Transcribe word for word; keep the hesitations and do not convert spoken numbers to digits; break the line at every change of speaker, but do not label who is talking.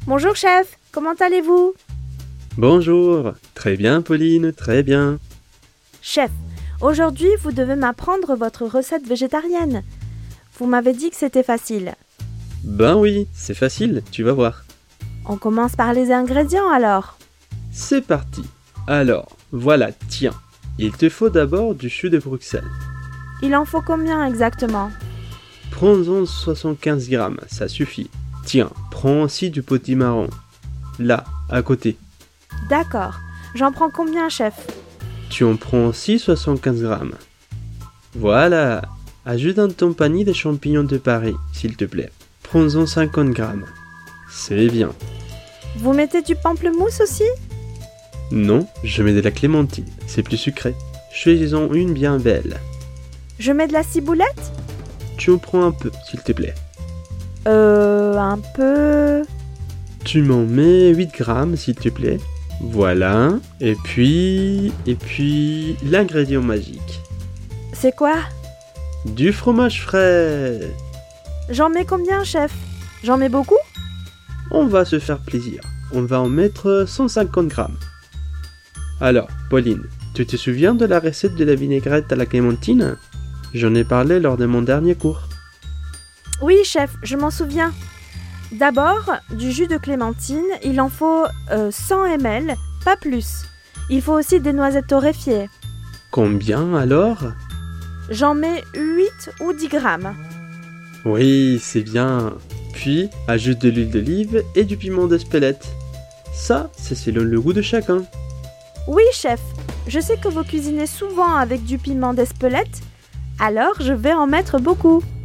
Bonjour chef, comment allez-vous?
Bonjour, très bien Pauline, très bien.
Chef, aujourd'hui vous devez m'apprendre votre recette végétarienne. Vous m'avez dit que c'était facile.
Ben oui, c'est facile, tu vas voir.
On commence par les ingrédients alors.
C'est parti. Alors, voilà, tiens. Il te faut d'abord du chou de Bruxelles.
Il en faut combien exactement?
Prends-en soixante-quinze grammes, ça suffit. Tiens, prends aussi du potimarron. Là, à côté.
D'accord. J'en prends combien, chef?
Tu en prends aussi soixante-quinze grammes. Voilà. Ajoute dans ton panier des champignons de Paris, s'il te plaît. Prends-en cinquante grammes. C'est bien.
Vous mettez du pamplemousse aussi?
Non, je mets de la clémentine, c'est plus sucré. Choisis-en une bien belle.
Je mets de la ciboulette?
Tu en prends un peu, s'il te plaît.
Euh, un peu...
Tu m'en mets huit grammes, s'il te plaît. Voilà. Et puis... Et puis... l'ingrédient magique.
C'est quoi?
Du fromage frais.
J'en mets combien, chef? J'en mets beaucoup?
On va se faire plaisir. On va en mettre cent cinquante grammes. Alors, Pauline, tu te souviens de la recette de la vinaigrette à la clémentine? J'en ai parlé lors de mon dernier cours.
Oui, chef, je m'en souviens. D'abord, du jus de clémentine, il en faut euh, cent millilitres, pas plus. Il faut aussi des noisettes torréfiées.
Combien alors?
J'en mets huit ou dix grammes.
Oui, c'est bien. Puis, ajoute de l'huile d'olive et du piment d'Espelette. Ça, c'est selon le goût de chacun.
Oui, chef. Je sais que vous cuisinez souvent avec du piment d'Espelette, alors je vais en mettre beaucoup.